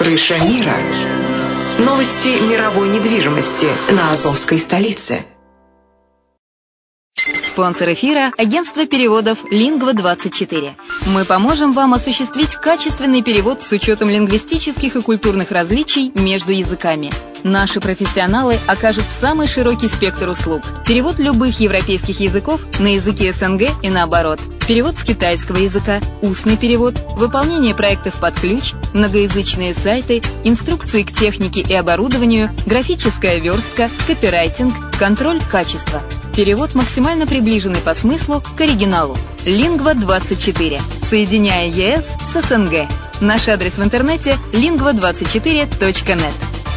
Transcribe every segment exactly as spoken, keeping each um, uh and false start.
Крыша мира. Новости мировой недвижимости на Азовской столице. Спонсор эфира – агентство переводов лингва двадцать четыре. Мы поможем вам осуществить качественный перевод с учетом лингвистических и культурных различий между языками. Наши профессионалы окажут самый широкий спектр услуг. Перевод любых европейских языков на языки СНГ и наоборот. Перевод с китайского языка, устный перевод, выполнение проектов под ключ, многоязычные сайты, инструкции к технике и оборудованию, графическая верстка, копирайтинг, контроль качества. Перевод максимально приближенный по смыслу к оригиналу. лингва двадцать четыре. Соединяя ЕС с СНГ. Наш адрес в интернете лингва двадцать четыре точка нет.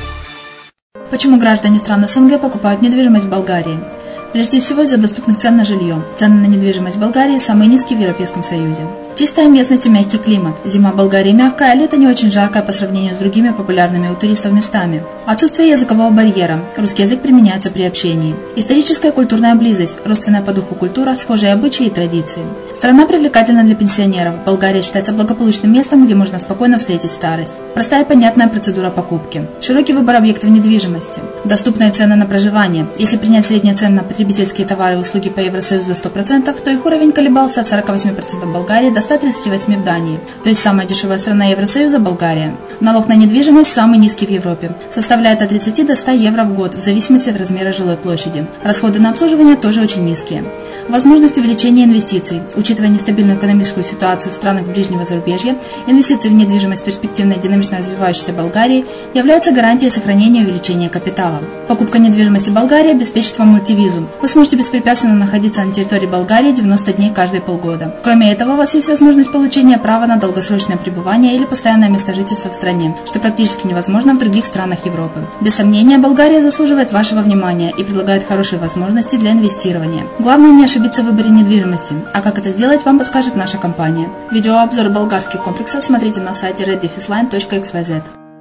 Почему граждане стран СНГ покупают недвижимость в Болгарии? Прежде всего из-за доступных цен на жилье. Цены на недвижимость в Болгарии самые низкие в Европейском Союзе. Чистая местность и мягкий климат. Зима в Болгарии мягкая, а лето не очень жаркое по сравнению с другими популярными у туристов местами. Отсутствие языкового барьера. Русский язык применяется при общении. Историческая и культурная близость. Родственная по духу культура, схожие обычаи и традиции. Страна привлекательна для пенсионеров. Болгария считается благополучным местом, где можно спокойно встретить старость. Простая и понятная процедура покупки. Широкий выбор объектов недвижимости. Доступные цены на проживание. Если принять средние цены на потребительские товары и услуги по Евросоюзу за сто процентов, то их уровень колебался от сорок восемь процентов в Болгарии до ста тридцати восьми процентов в Дании. То есть самая дешевая страна Евросоюза – Болгария. Налог на недвижимость самый низкий в Европе. Составляет от тридцати до ста евро в год, в зависимости от размера жилой площади. Расходы на обслуживание тоже очень низкие. Возможность увеличения инвестиций. Учитывая нестабильную экономическую ситуацию в странах ближнего зарубежья, инвестиции в недвижимость в перспективной динамично развивающейся Болгарии являются гарантией сохранения и увеличения капитала. Покупка недвижимости в Болгарии обеспечит вам мультивизу. Вы сможете беспрепятственно находиться на территории Болгарии девяносто дней каждые полгода. Кроме этого, у вас есть возможность получения права на долгосрочное пребывание или постоянное место жительства в стране, что практически невозможно в других странах Европы. Без сомнения, Болгария заслуживает вашего внимания и предлагает хорошие возможности для инвестирования. Главное не ошибиться в выборе недвижимости, а как это сделать, вам подскажет наша компания. Видеообзор болгарских комплексов смотрите на сайте red dash line точка икс уай зет.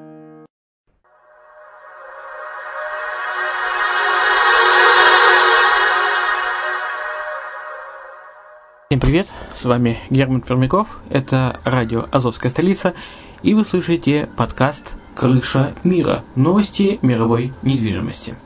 Всем привет, с вами Герман Пермяков, это радио «Азовская столица», и вы слышите подкаст «Крыша мира. Новости мировой недвижимости».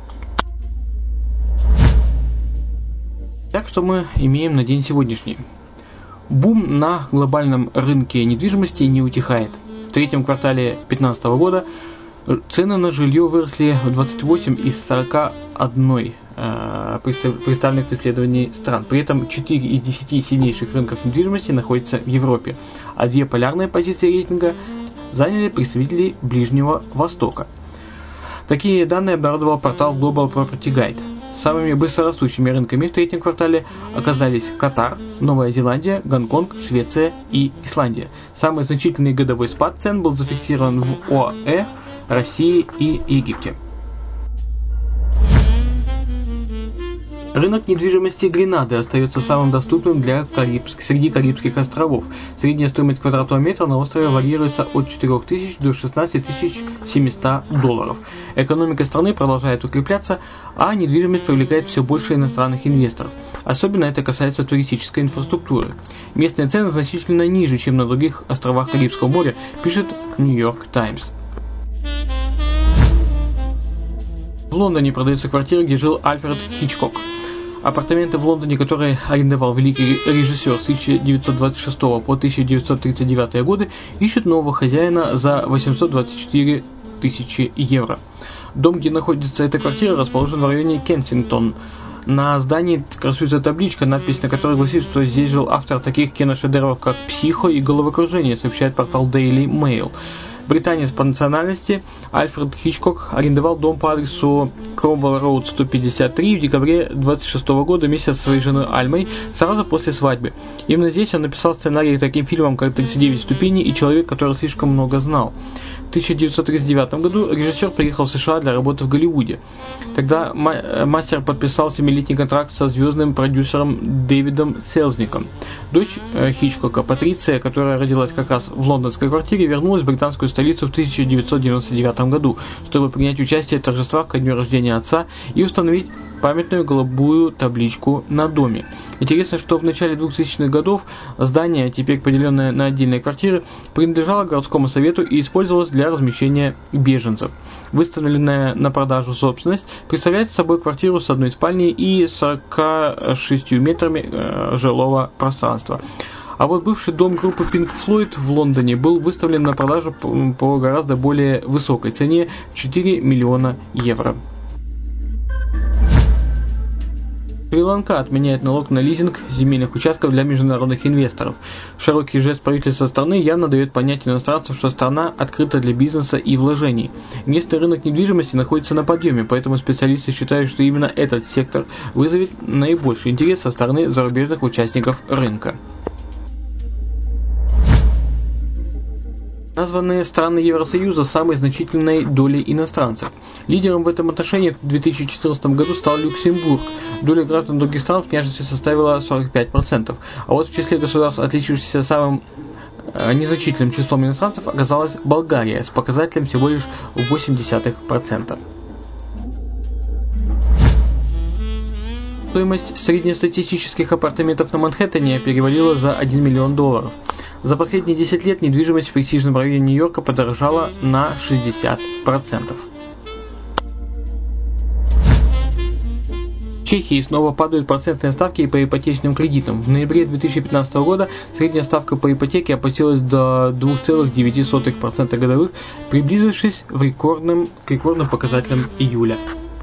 Так что мы имеем на день сегодняшний. Бум на глобальном рынке недвижимости не утихает. В третьем квартале две тысячи пятнадцатого года цены на жилье выросли в двадцать восемь из сорока одной представленных в исследовании стран. При этом четыре из десяти сильнейших рынков недвижимости находятся в Европе, а две полярные позиции рейтинга заняли представители Ближнего Востока. Такие данные обнародовал портал Global Property Guide. Самыми быстрорастущими рынками в третьем квартале оказались Катар, Новая Зеландия, Гонконг, Швеция и Исландия. Самый значительный годовой спад цен был зафиксирован в ОАЭ, России и Египте. Рынок недвижимости Гренады остается самым доступным для Карибск... среди Карибских островов. Средняя стоимость квадратного метра на острове варьируется от четырёх тысяч до шестнадцати тысяч семисот долларов. Экономика страны продолжает укрепляться, а недвижимость привлекает все больше иностранных инвесторов. Особенно это касается туристической инфраструктуры. Местные цены значительно ниже, чем на других островах Карибского моря, пишет New York Times. В Лондоне продается квартира, где жил Альфред Хичкок. Апартаменты в Лондоне, которые арендовал великий режиссер с тысяча девятьсот двадцать шестого по тысяча девятьсот тридцать девятый годы, ищут нового хозяина за восемьсот двадцать четыре тысячи евро. Дом, где находится эта квартира, расположен в районе Кенсингтон. На здании красуется табличка, надпись на которой гласит, что здесь жил автор таких киношедевров, как «Психо» и «Головокружение», сообщает портал Daily Mail. Британец по национальности Альфред Хичкок арендовал дом по адресу Кромвелл Роуд сто пятьдесят три в декабре двадцать шестого года вместе со своей женой Альмой сразу после свадьбы. Именно здесь он написал сценарий таким фильмам, как «тридцать девять ступеней» и «Человек, который слишком много знал». В тысяча девятьсот тридцать девятом году режиссер приехал в США для работы в Голливуде. Тогда мастер подписал семилетний контракт со звездным продюсером Дэвидом Селзником. Дочь Хичкока, Патриция, которая родилась как раз в лондонской квартире, вернулась в британскую столицу в тысяча девятьсот девяносто девятом году, чтобы принять участие в торжествах ко дню рождения отца и установить памятную голубую табличку на доме. Интересно, что в начале двухтысячных годов здание, теперь поделенное на отдельные квартиры, принадлежало городскому совету и использовалось для размещения беженцев. Выставленная на продажу собственность представляет собой квартиру с одной спальней и сороками шестью метрами э, жилого пространства. А вот бывший дом группы Pink Floyd в Лондоне был выставлен на продажу по, по гораздо более высокой цене – четыре миллиона евро. Шри-Ланка отменяет налог на лизинг земельных участков для международных инвесторов. Широкий жест правительства страны явно дает понять иностранцам, что страна открыта для бизнеса и вложений. Местный рынок недвижимости находится на подъеме, поэтому специалисты считают, что именно этот сектор вызовет наибольший интерес со стороны зарубежных участников рынка. Названные страны Евросоюза самой значительной долей иностранцев. Лидером в этом отношении в две тысячи четырнадцатом году стал Люксембург. Доля граждан других стран в княжестве составила сорок пять процентов. А вот в числе государств, отличившихся самым незначительным числом иностранцев, оказалась Болгария с показателем всего лишь восемь десятых процента. Стоимость среднестатистических апартаментов на Манхэттене перевалила за один миллион долларов. За последние десять лет недвижимость в престижном районе Нью-Йорка подорожала на шестьдесят процентов. В Чехии снова падают процентные ставки по ипотечным кредитам. В ноябре две тысячи пятнадцатого года средняя ставка по ипотеке опустилась до двух целых девяти сотых процента годовых, приблизившись в рекордным, к рекордным показателям июля.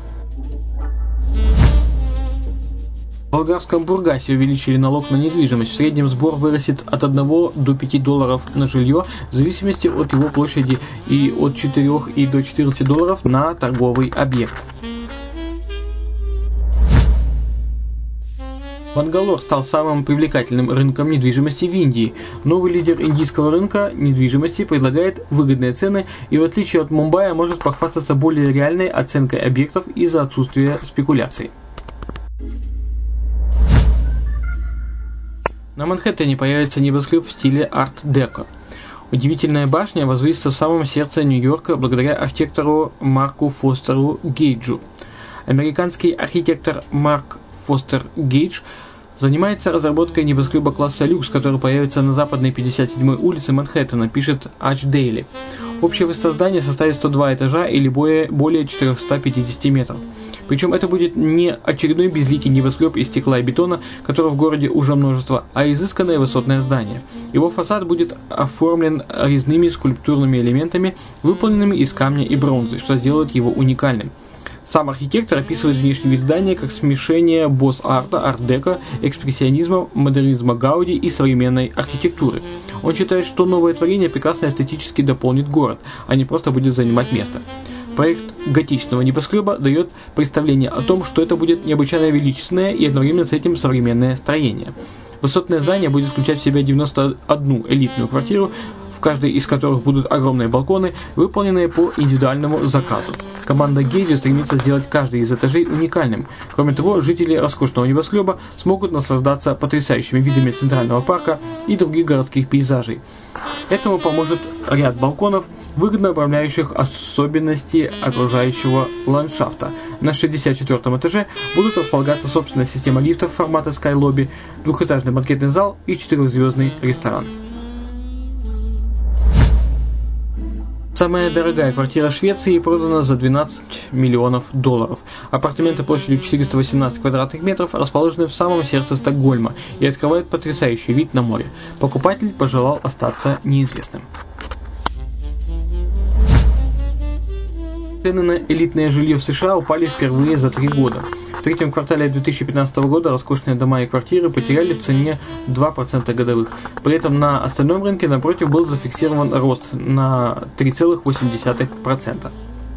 В болгарском Бургасе увеличили налог на недвижимость. В среднем сбор вырастет от одного до пяти долларов на жилье, в зависимости от его площади, и от четырёх и до четырнадцати долларов на торговый объект. Бангалор стал самым привлекательным рынком недвижимости в Индии. Новый лидер индийского рынка недвижимости предлагает выгодные цены и, в отличие от Мумбаи, может похвастаться более реальной оценкой объектов из-за отсутствия спекуляций. На Манхэттене появится небоскреб в стиле арт-деко. Удивительная башня возвысится в самом сердце Нью-Йорка благодаря архитектору Марку Фостеру Гейджу. Американский архитектор Марк Фостер Гейдж занимается разработкой небоскреба класса люкс, который появится на западной пятьдесят седьмой улице Манхэттена, пишет Arch Daily. Общее высота здания составит сто два этажа или более, более четырёхсот пятидесяти метров. Причем это будет не очередной безликий небоскреб из стекла и бетона, которого в городе уже множество, а изысканное высотное здание. Его фасад будет оформлен резными скульптурными элементами, выполненными из камня и бронзы, что сделает его уникальным. Сам архитектор описывает внешний вид здания как смешение босс-арта, арт-деко, экспрессионизма, модернизма Гауди и современной архитектуры. Он считает, что новое творение прекрасно эстетически дополнит город, а не просто будет занимать место. Проект готичного небоскреба дает представление о том, что это будет необычайно величественное и одновременно с этим современное строение. Высотное здание будет включать в себя девяносто одну элитную квартиру, в каждой из которых будут огромные балконы, выполненные по индивидуальному заказу. Команда Гейджа стремится сделать каждый из этажей уникальным. Кроме того, жители роскошного небоскреба смогут наслаждаться потрясающими видами Центрального парка и других городских пейзажей. Этому поможет ряд балконов, выгодно управляющих особенности окружающего ландшафта. На шестьдесят четвёртом этаже будут располагаться собственная система лифтов формата Skylobby, двухэтажный банкетный зал и четырехзвездный ресторан. Самая дорогая квартира Швеции продана за двенадцать миллионов долларов. Апартаменты площадью четыреста восемнадцать квадратных метров расположены в самом сердце Стокгольма и открывают потрясающий вид на море. Покупатель пожелал остаться неизвестным. Цены на элитное жилье в США упали впервые за три года. В третьем квартале две тысячи пятнадцатого года роскошные дома и квартиры потеряли в цене два процента годовых. При этом на остальном рынке, напротив, был зафиксирован рост на три целых восемь десятых процента.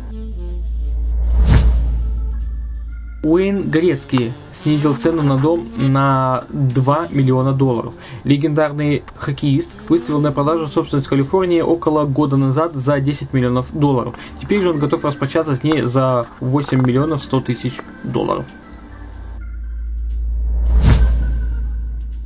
Уэйн Грецкий снизил цену на дом на два миллиона долларов. Легендарный хоккеист выставил на продажу собственность в Калифорнии около года назад за десять миллионов долларов. Теперь же он готов распрощаться с ней за восемь миллионов сто тысяч долларов.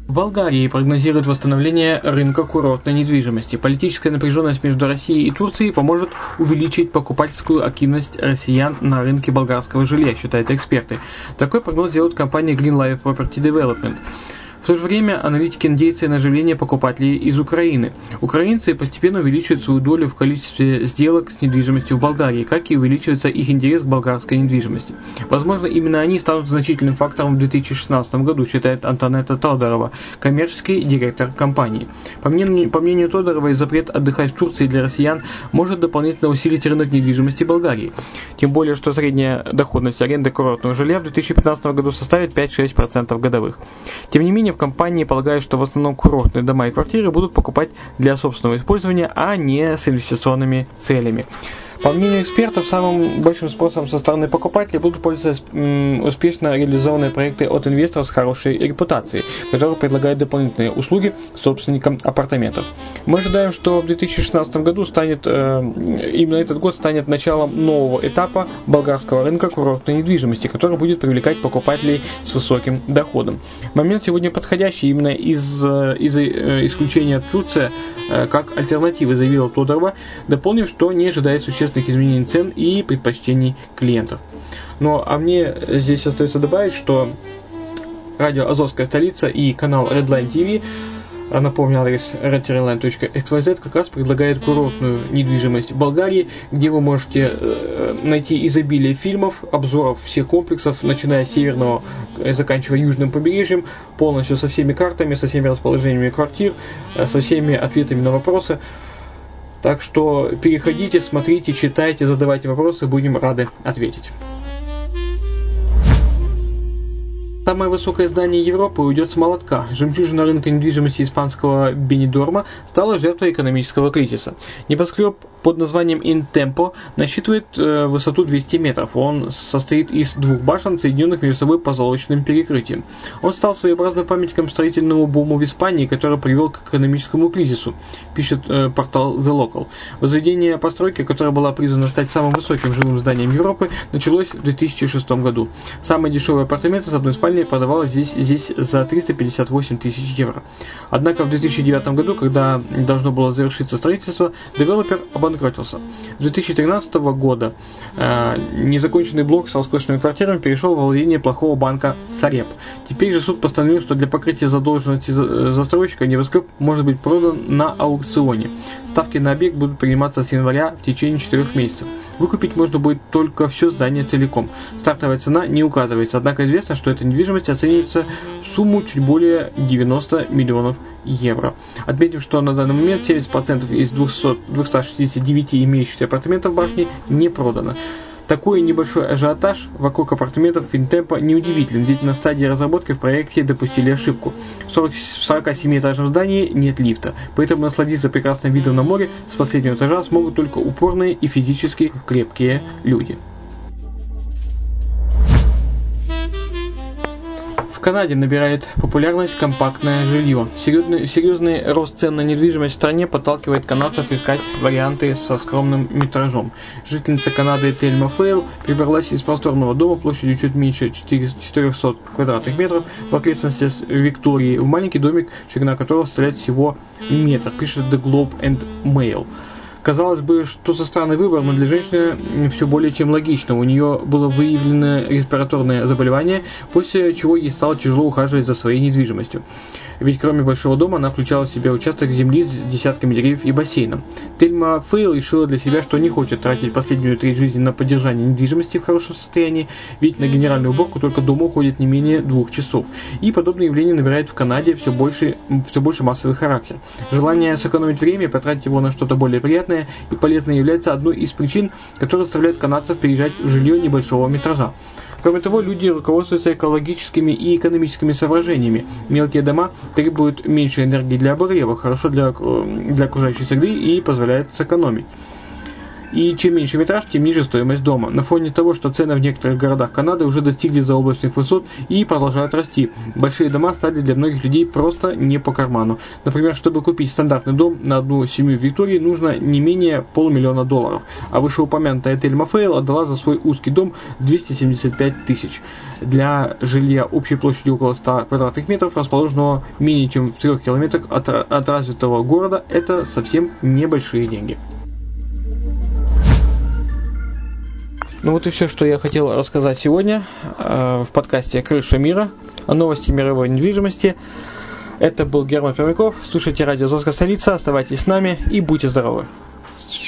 В Болгарии прогнозируют восстановление рынка курортной недвижимости. Политическая напряженность между Россией и Турцией поможет увеличить покупательскую активность россиян на рынке болгарского жилья, считают эксперты. Такой прогноз делает компания Green Life Property Development. В то же время аналитики надеются на оживление покупателей из Украины. Украинцы постепенно увеличивают свою долю в количестве сделок с недвижимостью в Болгарии, как и увеличивается их интерес к болгарской недвижимости. Возможно, именно они станут значительным фактором в две тысячи шестнадцатом году, считает Антонетта Тодорова, коммерческий директор компании. По мнению, по мнению Тодоровой, запрет отдыхать в Турции для россиян может дополнительно усилить рынок недвижимости Болгарии. Тем более, что средняя доходность аренды курортного жилья в две тысячи пятнадцатом году составит пять-шесть процентов годовых. Тем не менее, в компании полагают, что в основном курортные дома и квартиры будут покупать для собственного использования, а не с инвестиционными целями. По мнению экспертов, самым большим спросом со стороны покупателей будут пользоваться успешно реализованные проекты от инвесторов с хорошей репутацией, которые предлагают дополнительные услуги собственникам апартаментов. Мы ожидаем, что в две тысячи шестнадцатом году станет, именно этот год станет началом нового этапа болгарского рынка курортной недвижимости, который будет привлекать покупателей с высоким доходом. Момент сегодня подходящий именно из, из исключения от Турции как альтернативы, заявила Тодорова, дополнив, что не ожидает существенных изменений цен и предпочтений клиентов. Ну, а мне здесь остается добавить, что радио «Азовская столица» и канал Redline ти ви, напомню, адрес red tiret line точка экс уай зет, как раз предлагает курортную недвижимость в Болгарии, где вы можете найти изобилие фильмов, обзоров всех комплексов, начиная с северного и заканчивая южным побережьем, полностью со всеми картами, со всеми расположениями квартир, со всеми ответами на вопросы. Так что переходите, смотрите, читайте, задавайте вопросы, будем рады ответить. Самое высокое здание Европы уйдет с молотка. Жемчужина рынка недвижимости испанского Бенидорма стала жертвой экономического кризиса. Небоскреб под названием Интемпо насчитывает э, высоту двести метров. Он состоит из двух башен, соединенных между собой позолоченным перекрытием. Он стал своеобразным памятником строительному буму в Испании, который привел к экономическому кризису, пишет э, портал The Local. Возведение постройки, которая была призвана стать самым высоким жилым зданием Европы, началось в две тысячи шестом году. Самые дешевые апартаменты с одной спальней продавалось здесь, здесь за триста пятьдесят восемь тысяч евро. Однако в две тысячи девятом году, когда должно было завершиться строительство, девелопер обанкротился. С две тысячи тринадцатого года э, незаконченный блок с роскошными квартирами перешел во владение плохого банка Сареб. Теперь же суд постановил, что для покрытия задолженности застройщика небоскреб может быть продан на аукционе. Ставки на объект будут приниматься с января в течение четырех месяцев. Выкупить можно будет только все здание целиком. Стартовая цена не указывается, однако известно, что эта недвижимость оценивается в сумму чуть более девяноста миллионов евро. Отметим, что на данный момент семьдесят процентов из двухсот шестидесяти девяти имеющихся апартаментов в башне не продано. Такой небольшой ажиотаж вокруг апартаментов Интемпо неудивителен, ведь на стадии разработки в проекте допустили ошибку. В сорокасемиэтажном здании нет лифта, поэтому насладиться прекрасным видом на море с последнего этажа смогут только упорные и физически крепкие люди. В Канаде набирает популярность компактное жилье. Серьезный, серьезный рост цен на недвижимость в стране подталкивает канадцев искать варианты со скромным метражом. Жительница Канады Тельма Фейл прибралась из просторного дома площадью чуть меньше четырехсот квадратных метров в окрестностях Виктории в маленький домик, ширина которого составляет всего метр, пишет The Globe and Mail. Казалось бы, что за странный выбор, но для женщины все более чем логично. У нее было выявлено респираторное заболевание, после чего ей стало тяжело ухаживать за своей недвижимостью. Ведь кроме большого дома она включала в себя участок земли с десятками деревьев и бассейном. Тельма Фейл решила для себя, что не хочет тратить последнюю треть жизни на поддержание недвижимости в хорошем состоянии, ведь на генеральную уборку только дома уходит не менее двух часов. И подобное явление набирает в Канаде все больше, все больше массовый характер. Желание сэкономить время и потратить его на что-то более приятное и полезное является одной из причин, которые заставляют канадцев переезжать в жилье небольшого метража. Кроме того, люди руководствуются экологическими и экономическими соображениями. Мелкие дома требуют меньше энергии для обогрева, хорошо для, для окружающей среды и позволяют сэкономить. И чем меньше метраж, тем ниже стоимость дома. На фоне того, что цены в некоторых городах Канады уже достигли заоблачных высот и продолжают расти, большие дома стали для многих людей просто не по карману. Например, чтобы купить стандартный дом на одну семью в Виктории, нужно не менее полумиллиона долларов. А вышеупомянутая Тельма Фейл отдала за свой узкий дом двести семьдесят пять тысяч. Для жилья общей площадью около ста квадратных метров, расположенного менее чем в трех километрах от, от развитого города, это совсем небольшие деньги. Ну вот и все, что я хотел рассказать сегодня э, в подкасте «Крыша мира» о новости мировой недвижимости. Это был Герман Пермяков. Слушайте радио «Азовская столица», оставайтесь с нами и будьте здоровы.